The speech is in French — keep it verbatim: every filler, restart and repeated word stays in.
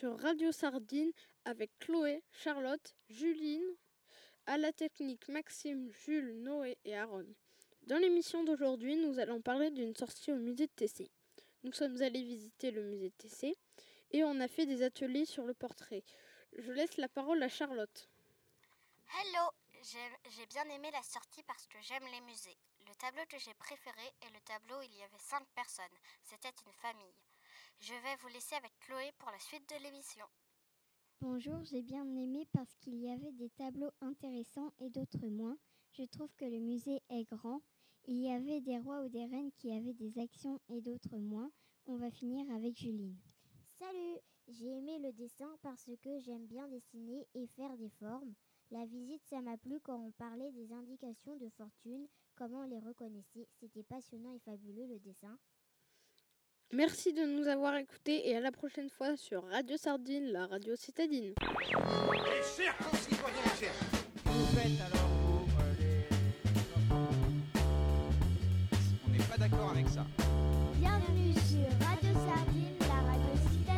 sur Radio Sardine avec Chloé, Charlotte, Juline, à la technique Maxime, Jules, Noé et Aaron. Dans l'émission d'aujourd'hui, nous allons parler d'une sortie au musée de Tessé. Nous sommes allés visiter le musée de Tessé et on a fait des ateliers sur le portrait. Je laisse la parole à Charlotte. Hello, j'ai, j'ai bien aimé la sortie parce que j'aime les musées. Le tableau que j'ai préféré est le tableau où il y avait cinq personnes. C'était une famille. Je vais vous laisser avec Chloé pour la suite de l'émission. Bonjour, j'ai bien aimé parce qu'il y avait des tableaux intéressants et d'autres moins. Je trouve que le musée est grand. Il y avait des rois ou des reines qui avaient des actions et d'autres moins. On va finir avec Juline. Salut, j'ai aimé le dessin parce que j'aime bien dessiner et faire des formes. La visite, ça m'a plu quand on parlait des indications de fortune, comment on les reconnaissait. C'était passionnant et fabuleux le dessin. Merci de nous avoir écoutés et à la prochaine fois sur Radio Sardine, la radio citadine. Et chers concitoyens, chers, Vous faites alors vous, euh, les enfants. On n'est pas d'accord avec ça. Bienvenue sur Radio Sardine, la radio citadine.